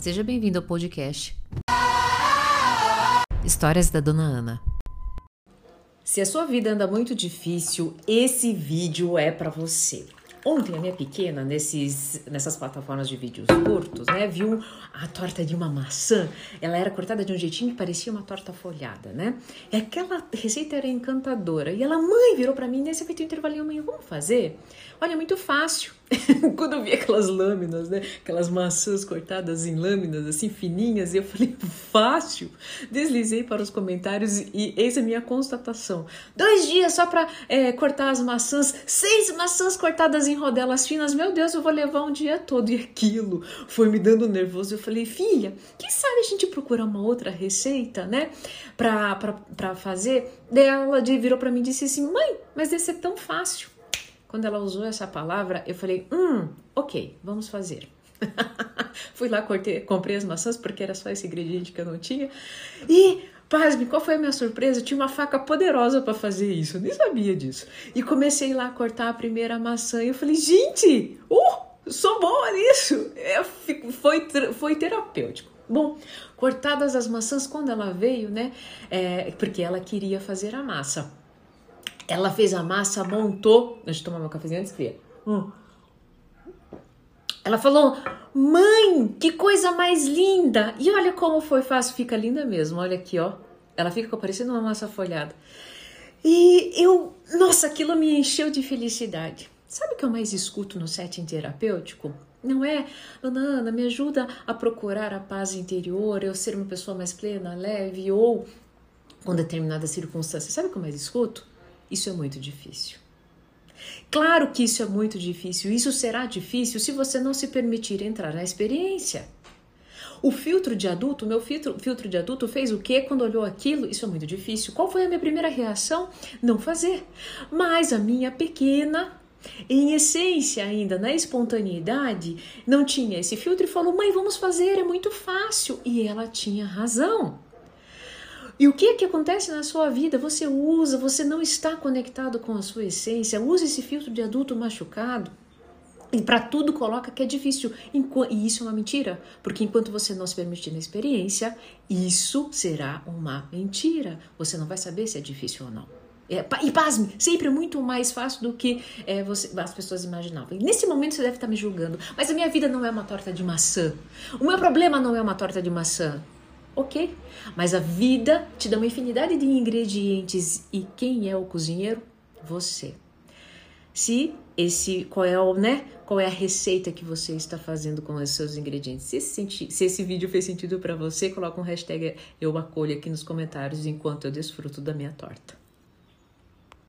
Seja bem-vindo ao podcast Histórias da Dona Ana. Se a sua vida anda muito difícil, esse vídeo é para você. Ontem a minha pequena, nessas plataformas de vídeos curtos, né, viu a torta de uma maçã. Ela era cortada de um jeitinho que parecia uma torta folhada, né? E aquela receita era encantadora. E ela, mãe, virou pra mim, nesse feito intervalinho, mãe, vamos fazer? Olha, é muito fácil. Quando eu vi aquelas lâminas, né, aquelas maçãs cortadas em lâminas, assim, fininhas, eu falei, fácil. Deslizei para os comentários e eis a minha constatação. 2 dias só para cortar as maçãs, 6 maçãs cortadas em rodelas finas, meu Deus, eu vou levar um dia todo. E aquilo foi me dando nervoso. Eu falei, filha, quem sabe a gente procurar uma outra receita, né, pra fazer? Daí ela virou pra mim e disse assim, mãe, mas esse é tão fácil. Quando ela usou essa palavra, eu falei, ok, vamos fazer. Fui lá, comprei as maçãs, porque era só esse ingrediente que eu não tinha. E, pasme, qual foi a minha surpresa? Eu tinha uma faca poderosa para fazer isso, eu nem sabia disso. E comecei lá a cortar a primeira maçã, e eu falei, gente, sou boa nisso. Foi terapêutico. Bom, cortadas as maçãs, quando ela veio, né, porque ela queria fazer a massa. Ela fez a massa, montou... Deixa eu tomar meu cafezinho antes, cria. Ela falou, mãe, que coisa mais linda. E olha como foi fácil, fica linda mesmo. Olha aqui, ó. Ela fica parecendo uma massa folhada. E nossa, aquilo me encheu de felicidade. Sabe o que eu mais escuto no setting terapêutico? Não é, Dona Ana, me ajuda a procurar a paz interior, eu ser uma pessoa mais plena, leve, ou com determinadas circunstâncias. Sabe o que eu mais escuto? Isso é muito difícil. Claro que isso é muito difícil. Isso será difícil se você não se permitir entrar na experiência. O filtro de adulto, meu filtro de adulto fez o quê quando olhou aquilo? Isso é muito difícil. Qual foi a minha primeira reação? Não fazer. Mas a minha pequena, em essência ainda, na espontaneidade, não tinha esse filtro e falou, mãe, vamos fazer, é muito fácil. E ela tinha razão. E o que é que acontece na sua vida? Você não está conectado com a sua essência, usa esse filtro de adulto machucado e para tudo coloca que é difícil. E isso é uma mentira, porque enquanto você não se permitir na experiência, isso será uma mentira. Você não vai saber se é difícil ou não. E pasme, sempre é muito mais fácil do que as pessoas imaginavam. E nesse momento você deve estar me julgando, mas a minha vida não é uma torta de maçã. O meu problema não é uma torta de maçã. Ok, mas a vida te dá uma infinidade de ingredientes e quem é o cozinheiro? Você. Qual é a receita que você está fazendo com os seus ingredientes? Se esse vídeo fez sentido para você, coloca um hashtag eu acolho aqui nos comentários enquanto eu desfruto da minha torta.